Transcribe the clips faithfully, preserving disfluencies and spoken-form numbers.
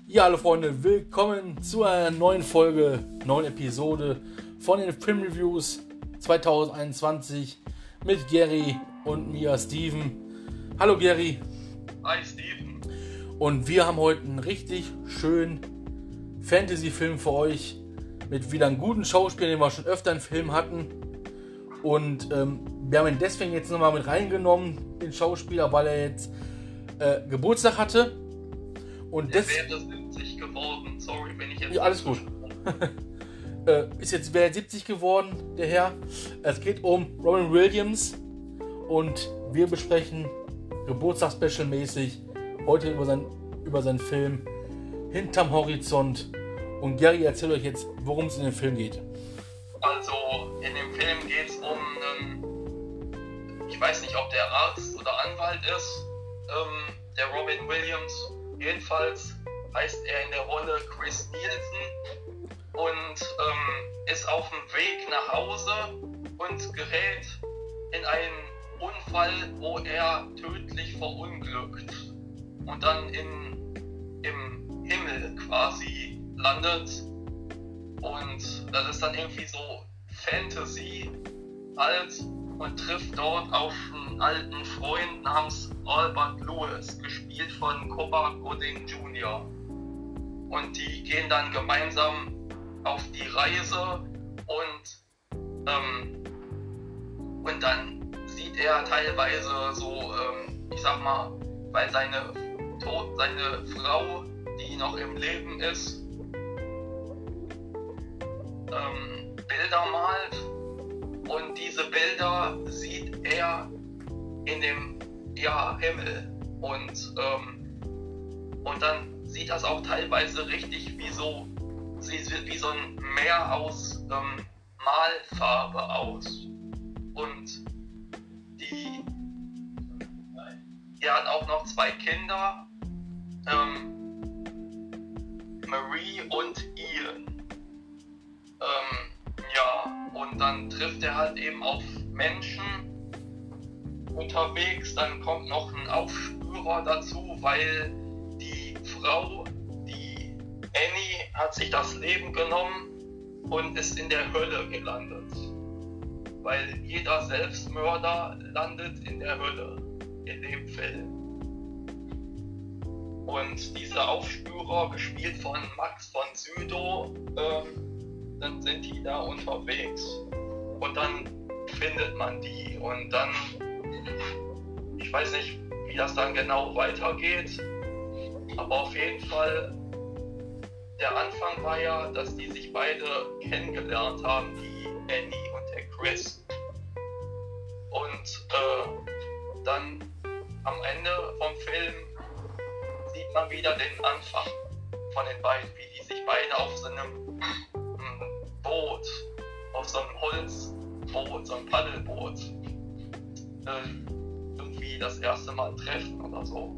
Ja, hallo Freunde, willkommen zu einer neuen Folge, neuen Episode von den Filmreviews zwanzig einundzwanzig mit Gary und mir, Steven. Hallo Gary. Hi Steven. Und wir haben heute einen richtig schönen Fantasy-Film für euch mit wieder einem guten Schauspieler, den wir schon öfter im Film hatten. Und ähm, wir haben ihn deswegen jetzt nochmal mit reingenommen, den Schauspieler, weil er jetzt äh, Geburtstag hatte. Und der des- wäre siebzig geworden, sorry, wenn ich jetzt... Ja, alles gut. äh, ist jetzt wäre siebzig geworden, der Herr. Es geht um Robin Williams und wir besprechen Geburtstagsspecial-mäßig heute über, sein, über seinen Film Hinterm Horizont. Und Gary erzählt euch jetzt, worum es in dem Film geht. Also, in dem Film geht es um einen... Ich weiß nicht, ob der Arzt oder Anwalt ist, ähm, der Robin Williams. Jedenfalls heißt er in der Rolle Chris Nielsen und ähm, ist auf dem Weg nach Hause und gerät in einen Unfall, wo er tödlich verunglückt und dann in, im Himmel quasi landet. Und das ist dann irgendwie so Fantasy halt und trifft dort auf einen alten Freund namens Albert Lewis, gespielt von Cuba Gooding Junior Und die gehen dann gemeinsam auf die Reise und, ähm, und dann sieht er teilweise so, ähm, ich sag mal, weil seine, Tod, seine Frau, die noch im Leben ist, ähm, Bilder malt. Und diese Bilder sieht er in dem ja, Himmel. Und, ähm, und dann sieht das auch teilweise richtig wie so, wie so ein Meer aus ähm, Malfarbe aus. Und die, die hat auch noch zwei Kinder, ähm, Marie und Ian. Ähm, ja, und dann trifft er halt eben auf Menschen unterwegs, dann kommt noch ein Aufspürer dazu, weil die Frau, die Annie, hat sich das Leben genommen und ist in der Hölle gelandet. Weil jeder Selbstmörder landet in der Hölle, in dem Film. Und dieser Aufspürer, gespielt von Max von Sydow, ähm, dann sind die da unterwegs und dann findet man die und dann, ich weiß nicht, wie das dann genau weitergeht, aber auf jeden Fall, der Anfang war ja, dass die sich beide kennengelernt haben, die Annie und der Chris. Und äh, dann am Ende vom Film sieht man wieder den Anfang von den beiden, wie die sich beide auf so einem Boot, auf so einem Holzboot, so einem Paddelboot, äh, irgendwie das erste Mal treffen oder so.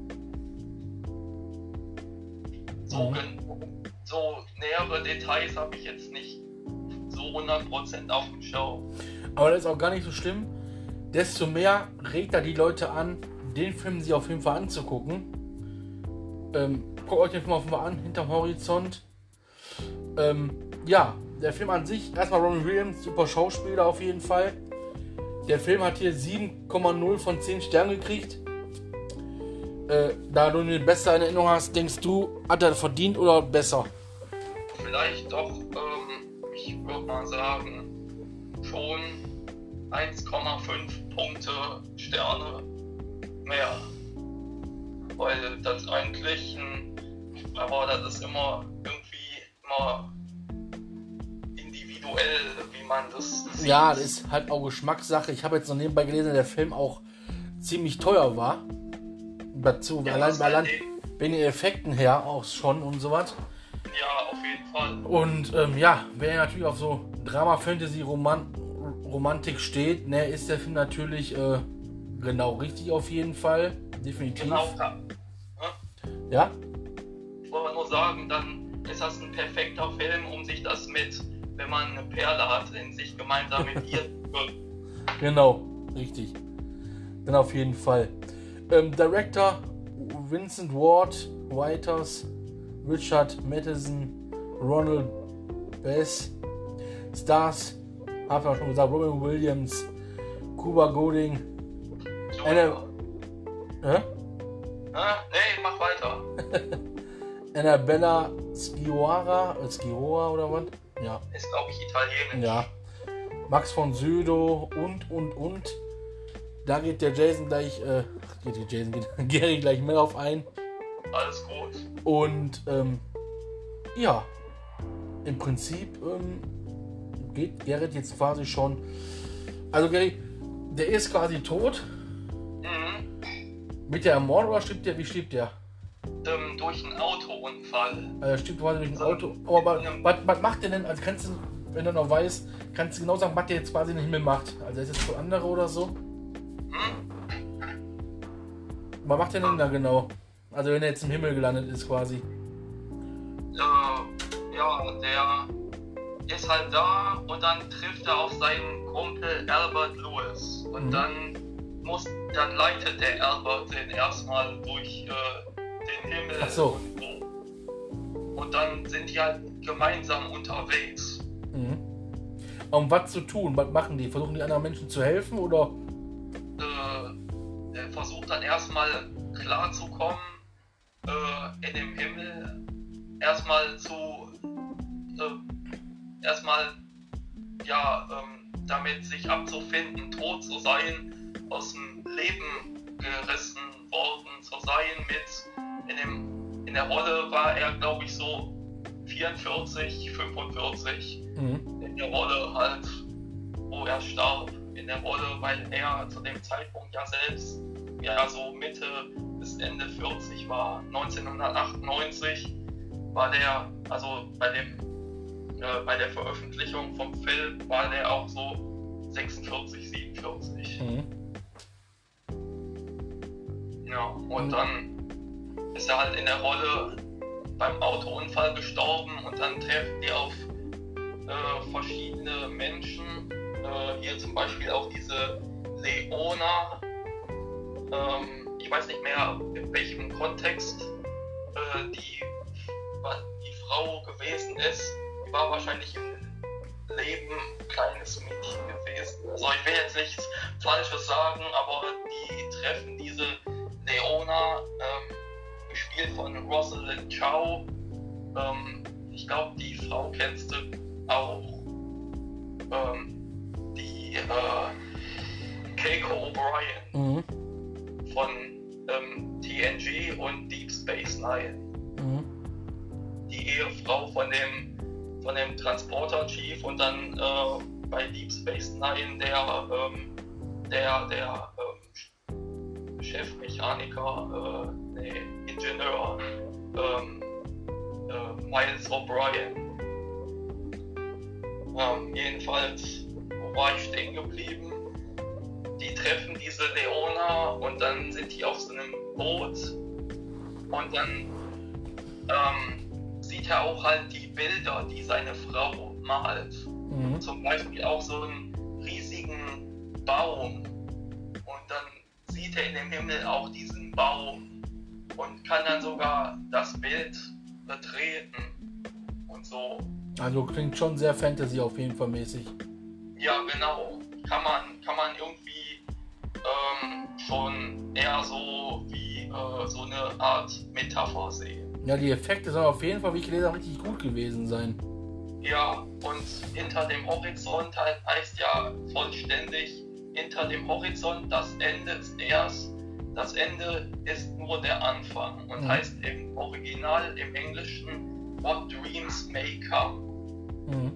So, mhm. so nähere Details habe ich jetzt nicht so hundert Prozent auf dem Schirm. Aber das ist auch gar nicht so schlimm. Desto mehr regt er die Leute an, den Film sich auf jeden Fall anzugucken. Ähm, guckt euch den Film auf jeden Fall an, Hinterm Horizont. Ähm, ja, der Film an sich, erstmal Robin Williams, super Schauspieler auf jeden Fall. Der Film hat hier sieben Komma null von zehn Sternen gekriegt. Äh, da du eine bessere Erinnerung hast, denkst du, hat er verdient oder besser? Vielleicht doch, ähm, ich würde mal sagen, schon eins Komma fünf Punkte Sterne mehr. Weil das eigentlich ein, aber das ist immer irgendwie immer individuell, wie man das sieht. Ja, das ist halt auch Geschmackssache. Ich habe jetzt noch nebenbei gelesen, dass der Film auch ziemlich teuer war. Dazu, ja, allein, allein wegen den Effekten her auch schon und sowas. Ja, auf jeden Fall. Und ähm, ja, wer natürlich auf so Drama, Fantasy, Roman- Romantik steht, ne, ist der Film natürlich äh, genau richtig auf jeden Fall. Definitiv. Genau. Ja? Ja? Ich wollte nur sagen, dann ist das ein perfekter Film, um sich das mit, wenn man eine Perle hat, in sich gemeinsam mit ihr zu. Genau, richtig. Dann auf jeden Fall. Ähm, Director Vincent Ward, Writers Richard Matheson, Ronald Bass, Stars, haben wir schon gesagt, Robin Williams, Cuba Gooding, Anna, hä? Ah, nee, mach weiter. Annabella Sciorra, äh, Sciorra oder was? Ja. Ist, glaube ich, italienisch. Ja. Max von Sydow und, und, und. Da geht der Jason gleich, äh, geht der Jason, geht Gary gleich mehr auf ein. Alles gut. Und, ähm, ja. Im Prinzip, ähm, geht Gerrit jetzt quasi schon. Also, Gary, der ist quasi tot. Mhm. Wird der ermordet oder stirbt der? Wie stirbt der? Ähm, durch einen Autounfall. Also, er stirbt quasi durch ein Auto. Aber was, was macht der denn? Also, kannst du, wenn du noch weißt, kannst du genau sagen, was der jetzt quasi in den Himmel macht? Also, ist jetzt für andere oder so? Hm? Was macht der denn da genau? Also, wenn er jetzt im Himmel gelandet ist, quasi. Äh, ja, der ist halt da und dann trifft er auf seinen Kumpel Albert Lewis. Und Mhm. dann muss, dann leitet der Albert den erstmal durch äh, den Himmel. Ach so. Und, so. Und dann sind die halt gemeinsam unterwegs. Mhm. Um was zu tun? Was machen die? Versuchen die anderen Menschen zu helfen oder? Äh, er versucht dann erstmal klarzukommen äh, in dem Himmel. Erstmal zu äh, erstmal ja ähm, damit sich abzufinden, tot zu sein, aus dem Leben gerissen worden zu sein. Mit in dem in der Rolle war er, glaube ich, so vierundvierzig, fünfundvierzig. Mhm. In der Rolle halt, wo er starb. In der Rolle, weil er zu dem Zeitpunkt ja selbst ja so Mitte bis Ende vierzig war. neunzehnhundertachtundneunzig war der, also bei dem äh, bei der Veröffentlichung vom Film war der auch so sechsundvierzig, siebenundvierzig. Mhm. Ja, und dann ist er halt in der Rolle beim Autounfall gestorben und dann treffen die auf äh, verschiedene Menschen. Äh, hier zum Beispiel auch diese Leona. Ähm, ich weiß nicht mehr in welchem Kontext äh, die, die Frau gewesen ist. Die war wahrscheinlich im Leben ein kleines Mädchen gewesen. Also ich will jetzt nichts Falsches sagen, aber die treffen diese Leona, ähm, gespielt von Rosalind Chow. Ähm, ich glaube, die Frau kennst du auch. Ähm, die äh, Keiko O'Brien Mhm. von ähm, T N G und Deep Space Nine. Mhm. Die Ehefrau von dem, von dem Transporter Chief und dann äh, bei Deep Space Nine der, ähm, der, der ähm, Chefmechaniker, äh, nee, Ingenieur, ähm, äh, Miles O'Brien. Ähm, jedenfalls, wo war ich stehen geblieben? Die treffen diese Leona und dann sind die auf so einem Boot und dann ähm, sieht er auch halt die Bilder, die seine Frau malt. Mhm. Zum Beispiel auch so einen riesigen Baum und dann sieht er in dem Himmel auch diesen Baum und kann dann sogar das Bild betreten und so. Also klingt schon sehr Fantasy auf jeden Fall mäßig. Ja, genau. Kann man, kann man irgendwie ähm, schon eher so wie äh, so eine Art Metapher sehen. Ja, die Effekte sollen auf jeden Fall, wie ich gelesen habe, richtig gut gewesen sein. Ja, und hinter dem Horizont halt heißt ja vollständig, hinter dem Horizont, das Ende ist erst, das Ende ist nur der Anfang und Mhm. heißt im Original, im Englischen, What Dreams May Come. Mhm.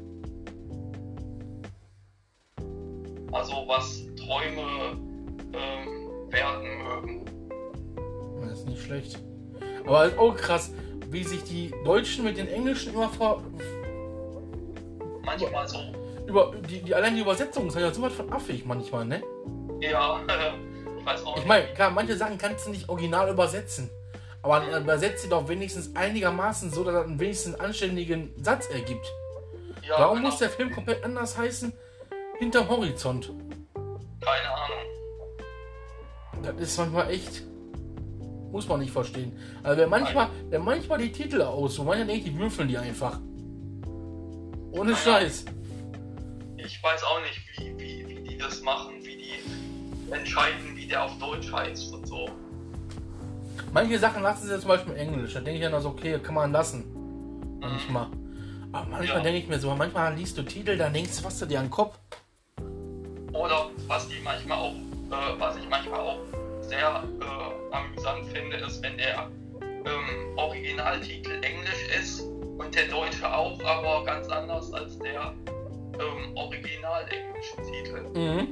Also was Träume ähm, werden mögen. Das ist nicht schlecht. Aber ist auch krass, wie sich die Deutschen mit den Englischen immer vor. Manchmal so. Über die, die allein die Übersetzung ist ja so was von affig manchmal, ne? Ja, ich weiß auch Ich nicht. meine, klar, manche Sachen kannst du nicht original übersetzen. Aber dann übersetzt sie doch wenigstens einigermaßen so, dass er einen wenigstens anständigen Satz ergibt. Ja, Warum genau. muss der Film komplett anders heißen? Hinterm Horizont. Keine Ahnung. Das ist manchmal echt Muss man nicht verstehen. Also wer manchmal, wer manchmal die Titel aussucht, manchmal denke ich, die würfeln die einfach. Ohne Ja, Scheiß. Ich weiß auch nicht, wie, wie, wie die das machen, wie die entscheiden, wie der auf Deutsch heißt und so. Manche Sachen lassen sie zum Beispiel in Englisch. Da denke ich ja noch so, okay, kann man lassen. Manchmal. Aber manchmal Ja. denke ich mir so, manchmal liest du Titel, dann denkst du, was du dir an den Kopf. Oder was die manchmal auch, äh, was ich manchmal auch sehr äh, amüsant finde, ist, wenn der ähm, Originaltitel Englisch ist und der Deutsche auch, aber ganz anders als der ähm, original englische Titel. Mhm.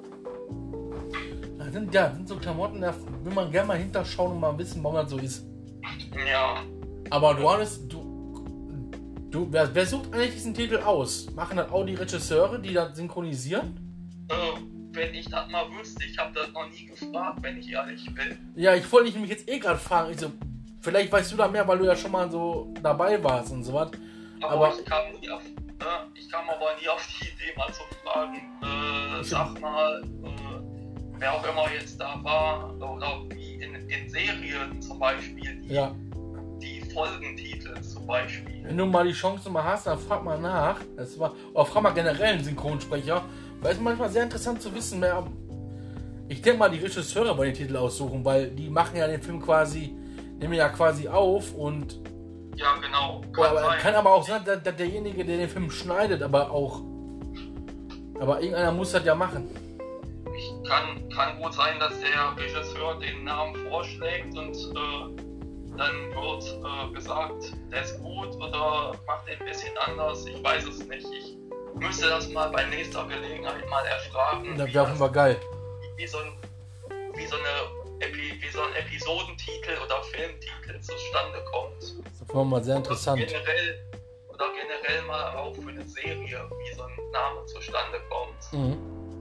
Das sind, ja, das sind so Klamotten, da will man gerne mal hinterschauen und mal wissen, warum das so ist. Ja, Aber du hattest, du, du, wer, wer sucht eigentlich diesen Titel aus? Machen das auch die Regisseure, die das synchronisieren? äh, wenn ich das mal wüsste, ich habe das noch nie gefragt, wenn ich ehrlich bin. Ja, ich wollte dich nämlich jetzt eh gerade fragen. Ich so, vielleicht weißt du da mehr, weil du ja schon mal so dabei warst und so was. Aber, Aber- ich, kam nie auf, ne, ich kam aber nie auf die Idee, mal zu fragen, äh, sag mal, äh, wer auch immer jetzt da war, oder wie in, in Serien zum Beispiel, die, Ja, die Folgentitel zum Beispiel. wenn du mal die Chance mal hast, dann frag mal nach. Das war, oder frag mal generell einen Synchronsprecher. Weil es manchmal sehr interessant zu wissen, mehr. Ich denke mal, die Regisseure wollen den Titel aussuchen, weil die machen ja den Film quasi, nehmen ja quasi auf und. Ja, genau. Kann, Aber sein. kann aber auch sein, dass, dass derjenige, der den Film schneidet, aber auch. Aber irgendeiner muss das ja machen. Ich kann, kann gut sein, dass der Regisseur den Namen vorschlägt und äh, dann wird äh, gesagt, der ist gut oder macht den ein bisschen anders. Ich weiß es nicht. Ich müsste das mal bei nächster Gelegenheit mal erfragen, Das wie, wäre auf das, jeden Fall geil. wie, so ein, wie, so eine Epi, wie so ein Episodentitel oder Filmtitel zustande kommt. Das war mal sehr Oder interessant. generell, oder generell mal auch für eine Serie, wie so ein Name zustande kommt. Mhm.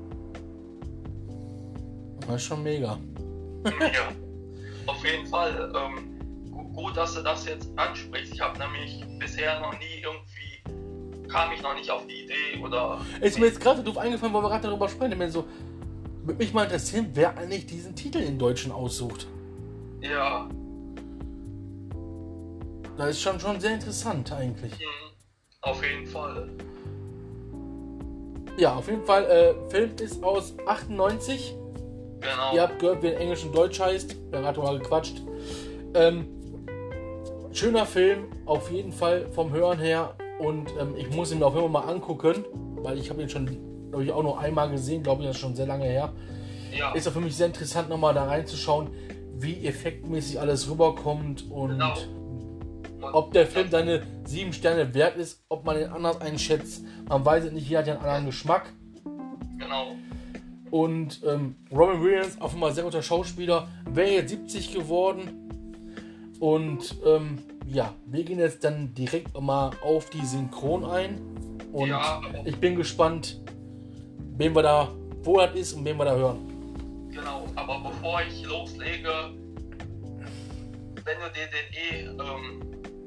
Das ist schon mega. Ja, auf jeden Fall. Ähm, gu- gut, dass du das jetzt ansprichst. Ich habe nämlich bisher noch nie irgendwie, kam ich noch nicht auf die Idee oder. Ist mir jetzt gerade doof eingefallen, weil wir gerade darüber sprechen. Ich meine, so, würde mich mal interessieren, wer eigentlich diesen Titel in Deutschen aussucht. Ja, Das ist schon, schon sehr interessant eigentlich. hm, auf jeden Fall. Ja, auf jeden Fall, äh, Film ist aus achtundneunzig. Genau. Ihr habt gehört, wie er Englisch und Deutsch heißt. Wir haben gerade mal gequatscht. Ähm, schöner Film, auf jeden Fall vom Hören her. Und ähm, ich muss ihn mir auf jeden Fall mal angucken, weil ich habe ihn schon, glaube ich, auch noch einmal gesehen. Glaube ich, das ist schon sehr lange her. Ja, Ist auch für mich sehr interessant, nochmal da reinzuschauen, wie effektmäßig alles rüberkommt und genau. Und ob der Film seine sieben Sterne wert ist, ob man ihn anders einschätzt. Man weiß es nicht, jeder hat ja einen anderen Geschmack. Genau. Und ähm, Robin Williams, auch immer sehr guter Schauspieler, wäre jetzt siebzig geworden. Und ähm, ja, wir gehen jetzt dann direkt mal auf die Synchron ein. Und Ja. ich bin gespannt, wen wir da, wo das ist und wen wir da hören. Genau, aber bevor ich loslege, wenn du dir den eh ähm,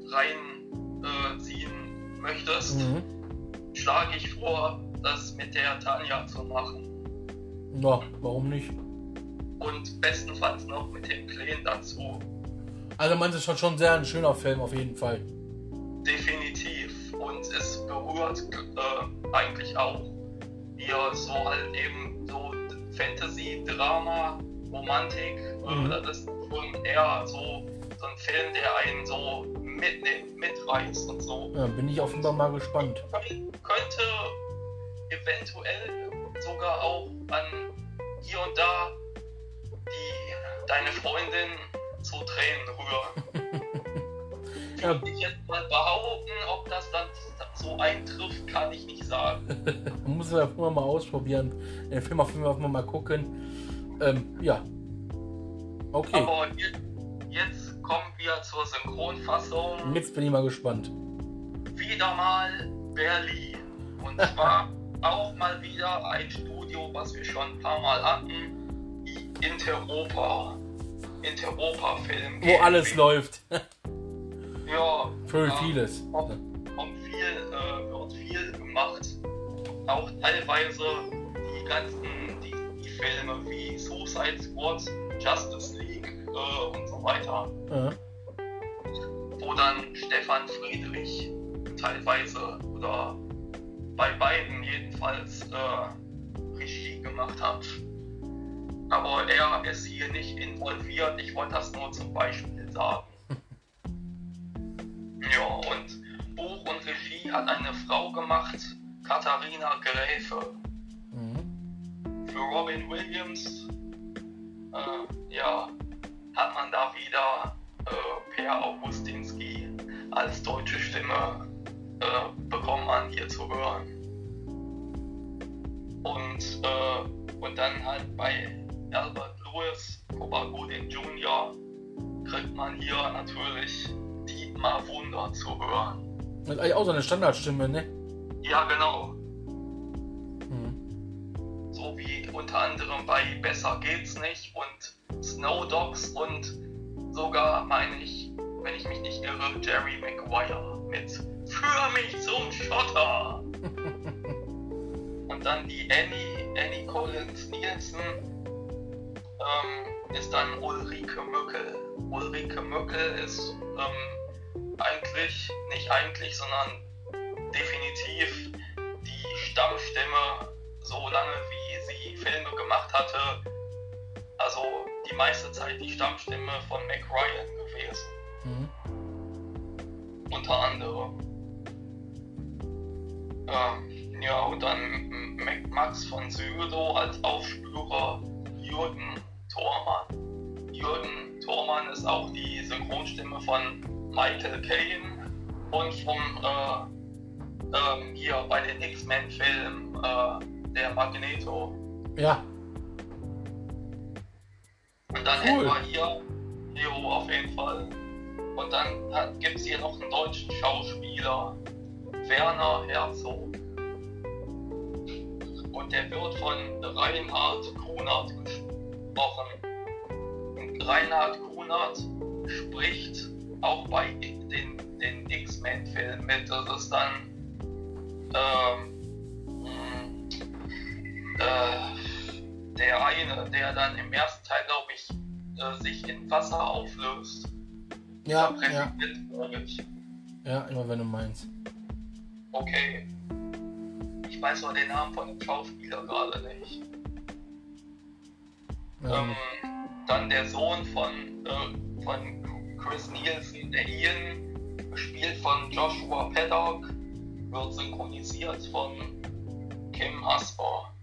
reinziehen äh, möchtest, Mhm. schlage ich vor, das mit der Tanja zu machen. Ja, warum nicht? Und bestenfalls noch mit dem Kleen dazu. Also man ist schon schon sehr ein schöner Film auf jeden Fall. Definitiv. Und es berührt äh, eigentlich auch. Hier so halt eben so Fantasy, Drama, Romantik. Mhm. Äh, das ist schon eher so, so ein Film, der einen so mitnimmt, mitreißt und so. Ja, bin ich auf jeden Fall mal gespannt. Könnte eventuell sogar auch an hier und da die deine Freundin zu Tränen rühren. Ja. Würde ich jetzt mal behaupten, ob das dann so eintrifft, kann ich nicht sagen. Man muss es ja mal ausprobieren. Den Film auf jeden Fall mal gucken. Ähm, ja. Okay. Aber jetzt, jetzt kommen wir zur Synchronfassung. Jetzt bin ich mal gespannt. Wieder mal Berlin. Und zwar auch mal wieder ein Studio, was wir schon ein paar Mal hatten. Interopa. Interopa-Film. Wo alles läuft. Ja. Für ja, vieles. Kommt, kommt viel, äh, wird viel gemacht. Auch teilweise die ganzen die, die Filme wie Suicide Squad, Justice League äh, und so weiter. Ja. Wo dann Stefan Friedrich teilweise oder bei beiden jedenfalls äh, Regie gemacht hat. Aber er ist hier nicht involviert, ich wollte das nur zum Beispiel sagen. Ja, und Buch und Regie hat eine Frau gemacht, Katharina Gräfe. Mhm. Für Robin Williams äh, ja, hat man da wieder äh, Per Augustinski als deutsche Stimme äh, bekommen man hier zu hören. Und, äh, und dann halt bei Albert Lewis, Cuba Gooding Junior kriegt man hier natürlich Dietmar Wunder zu hören. Das ist eigentlich auch so eine Standardstimme, ne? Ja, genau. Mhm. So wie unter anderem bei Besser geht's nicht und Snow Dogs und sogar, meine ich, wenn ich mich nicht irre, Jerry Maguire mit Führ mich zum Schotter. Und dann die Annie, Annie Collins Nielsen ähm, ist dann Ulrike Mückel. Ulrike Mückel ist ähm, eigentlich, nicht eigentlich, sondern definitiv die Stammstimme, so lange wie sie Filme gemacht hatte. Also die meiste Zeit die Stammstimme von Mac Ryan gewesen. Mhm. Unter anderem. Ähm, ja, und dann Mac Max von Sydow als Aufspürer Jürgen Thormann. Jürgen Thormann ist auch die Synchronstimme von Michael Caine und vom äh, ähm, hier bei den X-Men-Filmen äh, der Magneto. Ja. Und dann Cool. hätten wir hier, jo, auf jeden Fall. Und dann gibt es hier noch einen deutschen Schauspieler, Werner Herzog. Und der wird von Reinhard Kunert gesprochen. Und Reinhard Kunert spricht auch bei den, den X-Men-Filmen mit. Das ist dann ähm, äh, der eine, der dann im ersten Teil, glaube ich, äh, sich in Wasser auflöst. Ja, ja. Ich. Ja, immer wenn du meinst. Okay. Ich weiß nur den Namen von dem Schauspieler gerade nicht. Ja. Ähm, dann der Sohn von, äh, von Chris Nielsen, der Ian, gespielt von Joshua Paddock, wird synchronisiert von Kim Haspor.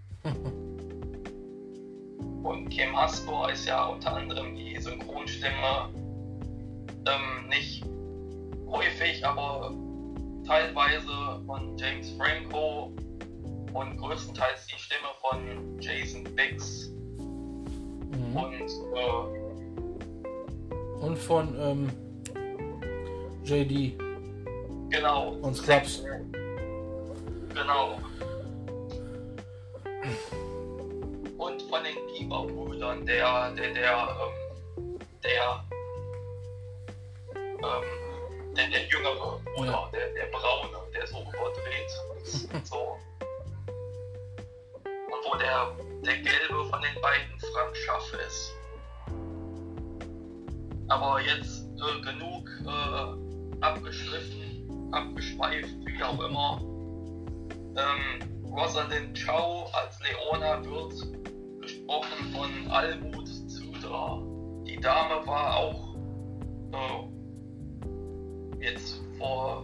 Und Kim Haspor ist ja unter anderem die Synchronstimme, ähm, nicht häufig, aber teilweise von James Franco und größtenteils die Stimme von Jason Biggs. Mhm. Und, äh, und von ähm, J D. Genau. Und Scrubs. Genau. Und von den Bieber-Brüdern, der, der, der, ähm, der, ähm, der, der jüngere Bruder, ja. der, der braune, der so überdreht ist, so. Und wo der, der gelbe von den beiden Frank Schaff ist. Aber jetzt äh, genug äh, abgeschliffen, abgeschweift, wie auch immer. Ähm, Rosalind Chow als Leona wird gesprochen von Almut Züdra. Die Dame war auch äh, jetzt vor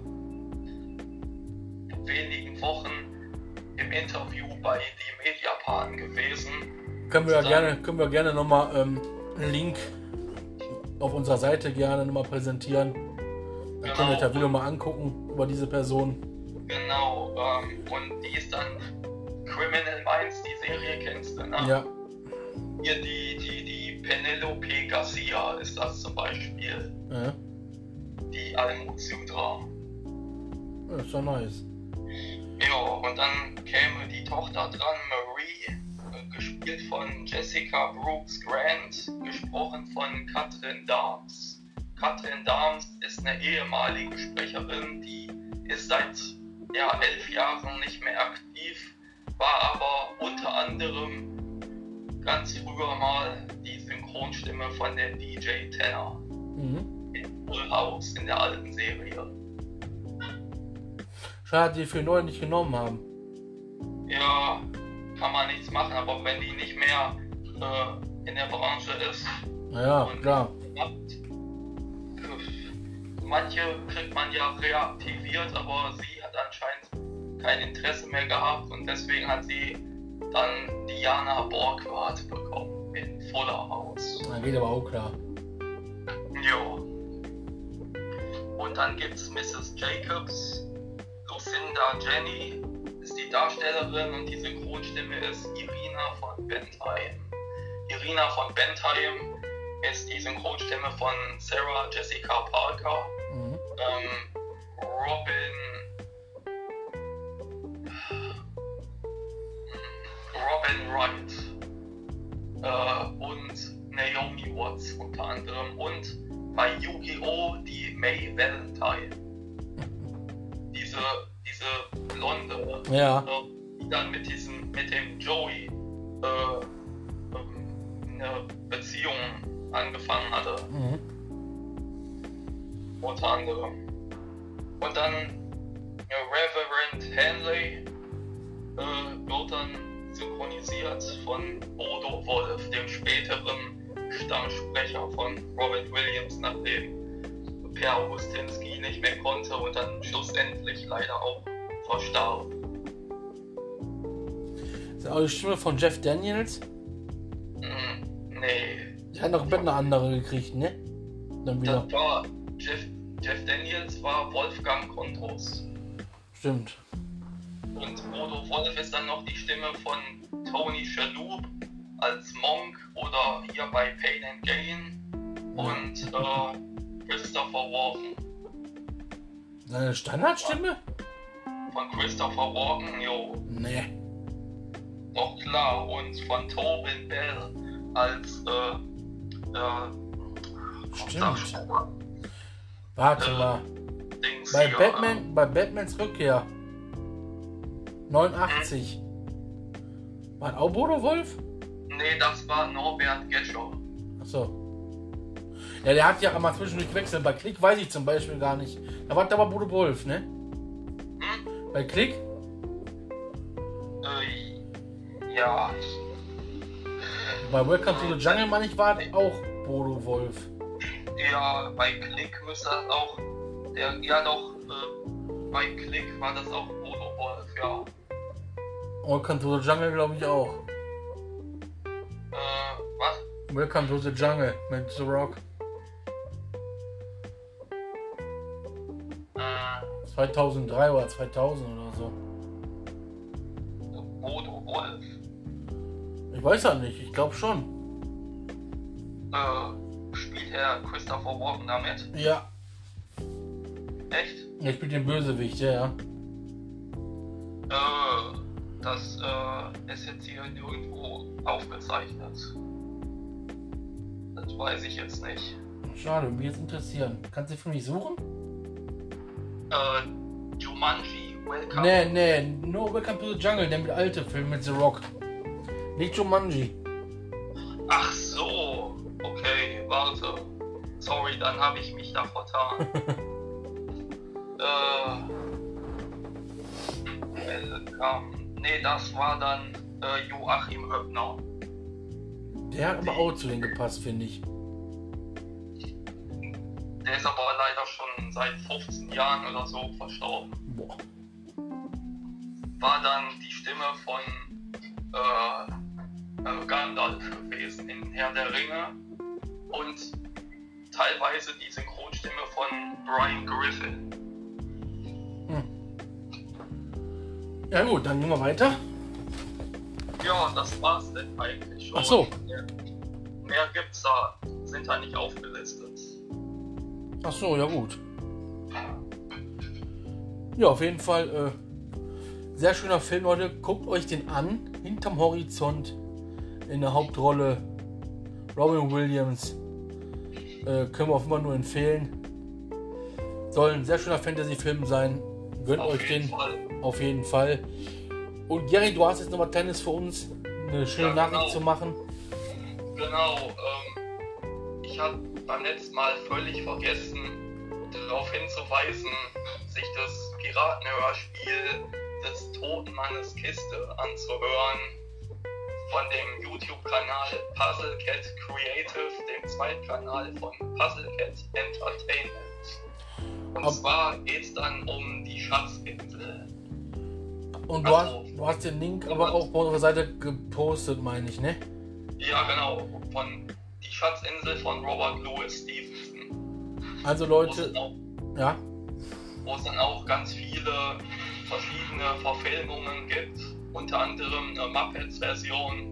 wenigen Wochen im Interview bei Die Mediapan gewesen. Können wir ja gerne, können wir gerne nochmal ähm, einen Link auf unserer Seite gerne nochmal präsentieren. Dann genau. Können wir das Video mal angucken über diese Person. Genau, ähm, und die ist dann Criminal Minds, die Serie kennst du, ne? Ja. Hier die, die, die Penelope Garcia ist das zum Beispiel. Ja. Die Almut Züdra. Das ist doch nice. Ja, und dann käme die Tochter dran, Marie, gespielt von Jessica Brooks Grant, gesprochen von Katrin Dahms. Katrin Dahms ist eine ehemalige Sprecherin, die ist seit ja, elf Jahren nicht mehr aktiv, war aber unter anderem ganz früher mal die Synchron Synchronstimme von der D J Tanner. Mhm. In Full House, in der alten Serie. Schade, dass die für neu nicht genommen haben. Ja, kann man nichts machen, aber wenn die nicht mehr äh, in der Branche ist. Ja, und klar. Macht, manche kriegt man ja reaktiviert, aber sie hat anscheinend kein Interesse mehr gehabt und deswegen hat sie dann Diana Borgward bekommen in Fuller House. Na, geht aber auch klar. Ja. Und dann gibt's Misses Jacobs. Lucinda Jenny ist die Darstellerin und die Synchronstimme ist Irina von Bentheim. Irina von Bentheim ist die Synchronstimme von Sarah Jessica Parker. Mhm. Ähm, Robin Robin Wright äh, und Naomi Watts unter anderem und bei Yu-Gi-Oh! Die May Valentine. Diese, diese blonde, Ja. äh, die dann mit diesem, mit dem Joey äh, ähm, eine Beziehung angefangen hatte. Mhm. Unter anderem. Und dann äh, Reverend Hanley äh, wird dann synchronisiert von Bodo Wolf, dem späteren Stammsprecher von Robin Williams, nachdem Per Ustinski nicht mehr konnte und dann schlussendlich leider auch verstarb. Ist auch die Stimme von Jeff Daniels? Mm, nee. Die hat noch eine andere gekriegt, ne? Dann wieder. Das war Jeff, Jeff Daniels war Wolfgang Kondros. Stimmt. Und Bodo Wolf ist dann noch die Stimme von Tony Shalhoub als Monk oder hier bei Pain and Gain und äh, Christopher Walken. Seine Standardstimme? Von Christopher Walken, jo. Nee. Doch klar. Und von Tobin Bell als äh, äh, Stimmt. Warte äh, mal. Dings Bei hier, Batman, bei Batmans Rückkehr. neunundachtzig. War das auch Bodo Wolf? Äh, nee, das war Norbert Gescher. Achso. Ja, der hat ja einmal zwischendurch gewechselt. Bei Klick weiß ich zum Beispiel gar nicht. Da war da aber Bodo Wolf, ne? Hm? Bei Klick? Äh, ja. Bei Welcome to the Jungle, meine ich, war das auch Bodo Wolf. Ja, bei Klick müsste das auch. Der, ja, doch. Äh, bei Klick war das auch Bodo Wolf, ja. Welcome to the Jungle, glaube ich auch. Äh, was? Welcome to the Jungle mit The Rock. Äh, zweitausenddrei oder zweitausend oder so. Bodo Wolf. Ich weiß ja nicht, ich glaube schon. Äh, spielt Herr Christopher Walken damit? Ja. Echt? Er spielt den Bösewicht, ja, ja. Äh, das äh, ist jetzt hier nirgendwo aufgezeichnet. Das weiß ich jetzt nicht. Schade, mich jetzt interessieren. Kannst du für mich suchen? Äh, Jumanji, Welcome. Nee, nee, nur Welcome to the Jungle, der mit alte Film mit The Rock. Nicht Jumanji. Ach so, okay, warte. Sorry, dann habe ich mich da vertan. äh, Welcome. Nee, das war dann äh, Joachim Höppner. Der hat aber auch zu denen gepasst, finde ich. Der ist aber leider schon seit fünfzehn Jahren oder so verstorben. Boah. War dann die Stimme von äh, äh, Gandalf gewesen in Herr der Ringe und teilweise die Synchronstimme von Brian Griffin. Hm. Ja gut, dann gehen wir weiter. Ja, das war's denn eigentlich schon. Ach so. Mehr, mehr gibt's da, sind da nicht aufgelistet. Ach so, ja gut. Ja, auf jeden Fall äh, sehr schöner Film, Leute. Guckt euch den an. Hinterm Horizont in der Hauptrolle Robin Williams. Äh, können wir auf immer nur empfehlen. Soll ein sehr schöner Fantasy-Film sein. Gönnt Auf euch jeden den Fall. auf jeden Fall. Und Jerry, du hast jetzt noch was Kleines für uns. Eine schöne Ja, Nachricht genau. zu machen. Genau, ähm, ich habe beim letzten Mal völlig vergessen, darauf hinzuweisen, sich das Piratenhörspiel des Toten Mannes Kiste anzuhören von dem YouTube-Kanal Puzzle Cat Creative, dem Zweitkanal von Puzzle Cat Entertainment. Und Ob zwar geht es dann um die Schatzinsel. Und du, also, hast, du hast den Link aber auch bei unserer Seite gepostet, meine ich, ne? Ja, genau. Von die Schatzinsel von Robert Louis Stevenson. Also Leute, auch, ja? Wo es dann auch ganz viele verschiedene Verfilmungen gibt, unter anderem eine Muppets-Version.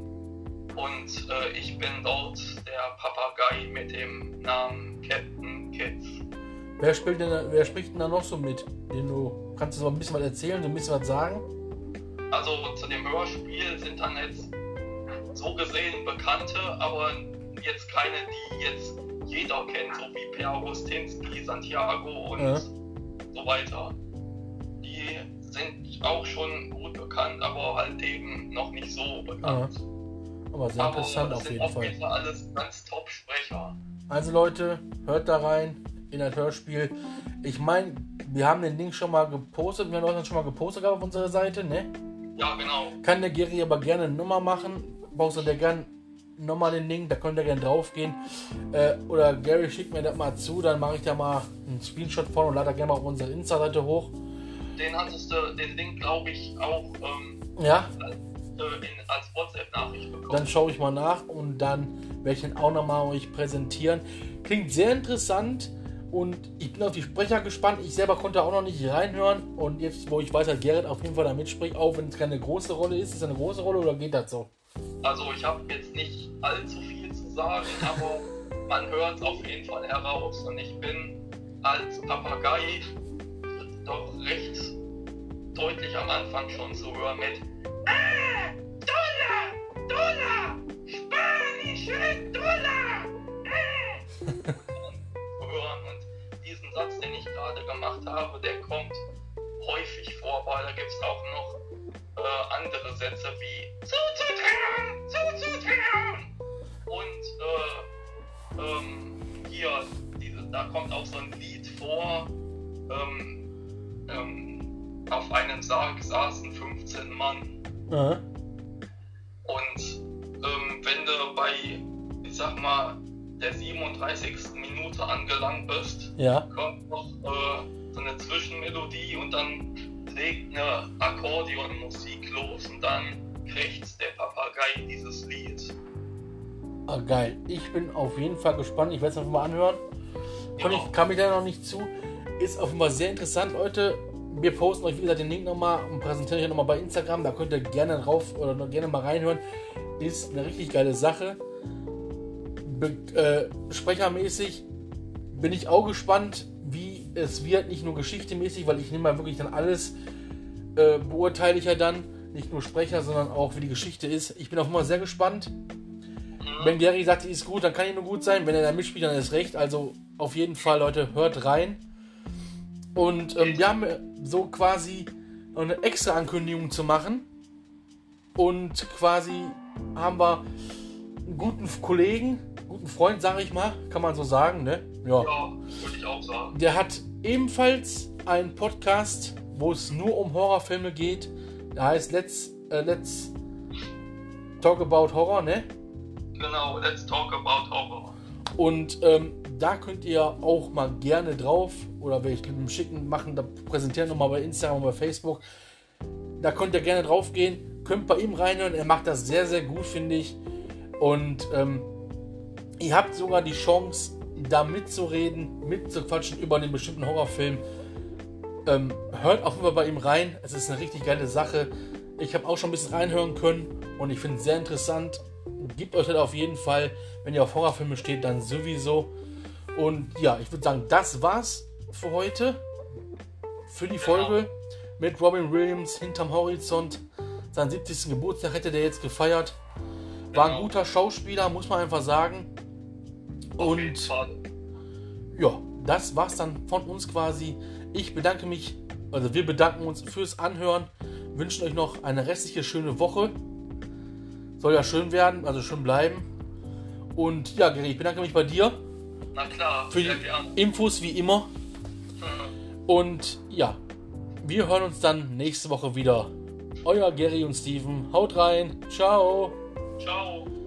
Und äh, ich bin dort der Papagei mit dem Namen Captain Kids. Wer spielt denn, wer spricht denn da noch so mit? Den du, kannst du so ein bisschen was erzählen, so ein bisschen was sagen? Also zu dem Hörspiel sind dann jetzt so gesehen Bekannte, aber jetzt keine, die jetzt jeder kennt, so wie Per Augustinski, Santiago und ja. so weiter. Die sind auch schon gut bekannt, aber halt eben noch nicht so bekannt. Ja. Aber sehr interessant aber auf jeden Fall. Das sind alles ganz Top-Sprecher. Also Leute, hört da rein in das Hörspiel. Ich meine, wir haben den Link schon mal gepostet, wir haben das schon mal gepostet auf unserer Seite, ne? Ja, genau. Kann der Gary aber gerne eine Nummer machen. Brauchst du der gerne nochmal den Link, da könnt ihr gerne drauf gehen. Äh, oder Gary schickt mir das mal zu, dann mache ich da mal einen Screenshot von und lade da gerne mal auf unsere Insta-Seite hoch. Den hattest du, den Link glaube ich auch ähm, ja? als, äh, in, als WhatsApp-Nachricht bekommen. Dann schaue ich mal nach und dann werde ich den auch nochmal euch präsentieren. Klingt sehr interessant. Und ich bin auf die Sprecher gespannt. Ich selber konnte auch noch nicht reinhören. Und jetzt, wo ich weiß, dass Gerrit auf jeden Fall da mitspricht, auch wenn es keine große Rolle ist. Ist es eine große Rolle oder geht das so? Also ich habe jetzt nicht allzu viel zu sagen, aber man hört es auf jeden Fall heraus. Und ich bin als Papagei doch recht deutlich am Anfang schon zu hören mit Ah, Dollar, Dollar, spanische Dollar. Ah. Und diesen Satz, den ich gerade gemacht habe, der kommt häufig vor, weil da gibt es auch noch äh, andere Sätze wie zuzutrauen, zuzutrauen. Und äh, ähm, hier, diese, da kommt auch so ein Lied vor, ähm, ähm, auf einem Sarg saßen fünfzehn Mann. Aha. Und ähm, wenn du bei, ich sag mal, der siebenunddreißigsten Minute angelangt bist, ja. kommt noch äh, so eine Zwischenmelodie und dann legt eine Akkordeonmusik los und dann kriegt der Papagei dieses Lied. Ah, geil. Ich bin auf jeden Fall gespannt. Ich werde es einfach mal anhören. Genau. Ich kam mich da noch nicht zu. Ist auf jeden Fall sehr interessant, Leute. Wir posten euch, wie gesagt, den Link nochmal und präsentieren euch nochmal bei Instagram. Da könnt ihr gerne drauf oder noch gerne mal reinhören. Ist eine richtig geile Sache. Be- äh, sprechermäßig bin ich auch gespannt, wie es wird. Nicht nur geschichtemäßig, weil ich nehme mal wirklich dann alles, äh, beurteile ich ja dann. Nicht nur Sprecher, sondern auch, wie die Geschichte ist. Ich bin auch immer sehr gespannt. Wenn Gary sagt, die ist gut, dann kann die nur gut sein. Wenn er da mitspielt, dann ist recht. Also auf jeden Fall, Leute, hört rein. Und ähm, wir haben so quasi eine extra Ankündigung zu machen. Und quasi haben wir einen guten Kollegen, guten Freund, sage ich mal, kann man so sagen, ne? Ja, ja, würde ich auch sagen. Der hat ebenfalls einen Podcast, wo es nur um Horrorfilme geht. Der heißt Let's, äh, Let's Talk About Horror, ne? Genau, Let's Talk About Horror. Und ähm, da könnt ihr auch mal gerne drauf, oder will ich mit dem Schicken machen, da präsentieren nochmal bei Instagram und bei Facebook. Da könnt ihr gerne drauf gehen, könnt bei ihm reinhören. Er macht das sehr, sehr gut, finde ich. Und ähm, ihr habt sogar die Chance, da mitzureden, mitzuquatschen über einen bestimmten Horrorfilm. Ähm, hört auf jeden Fall bei ihm rein. Es ist eine richtig geile Sache. Ich habe auch schon ein bisschen reinhören können und ich finde es sehr interessant. Gebt euch das auf jeden Fall, wenn ihr auf Horrorfilme steht, dann sowieso. Und ja, ich würde sagen, das war's für heute. Für die Folge mit Robin Williams hinterm Horizont. Seinen siebzigsten Geburtstag hätte der jetzt gefeiert. War ein guter Schauspieler, muss man einfach sagen. Und ja, das war's dann von uns quasi. Ich bedanke mich, also wir bedanken uns fürs Anhören. Wünschen euch noch eine restliche schöne Woche. Soll ja schön werden, also schön bleiben. Und ja, Gary, ich bedanke mich bei dir. Na klar, für die sehr gern. Infos wie immer. Mhm. Und ja, wir hören uns dann nächste Woche wieder. Euer Gary und Steven. Haut rein. Ciao. Ciao.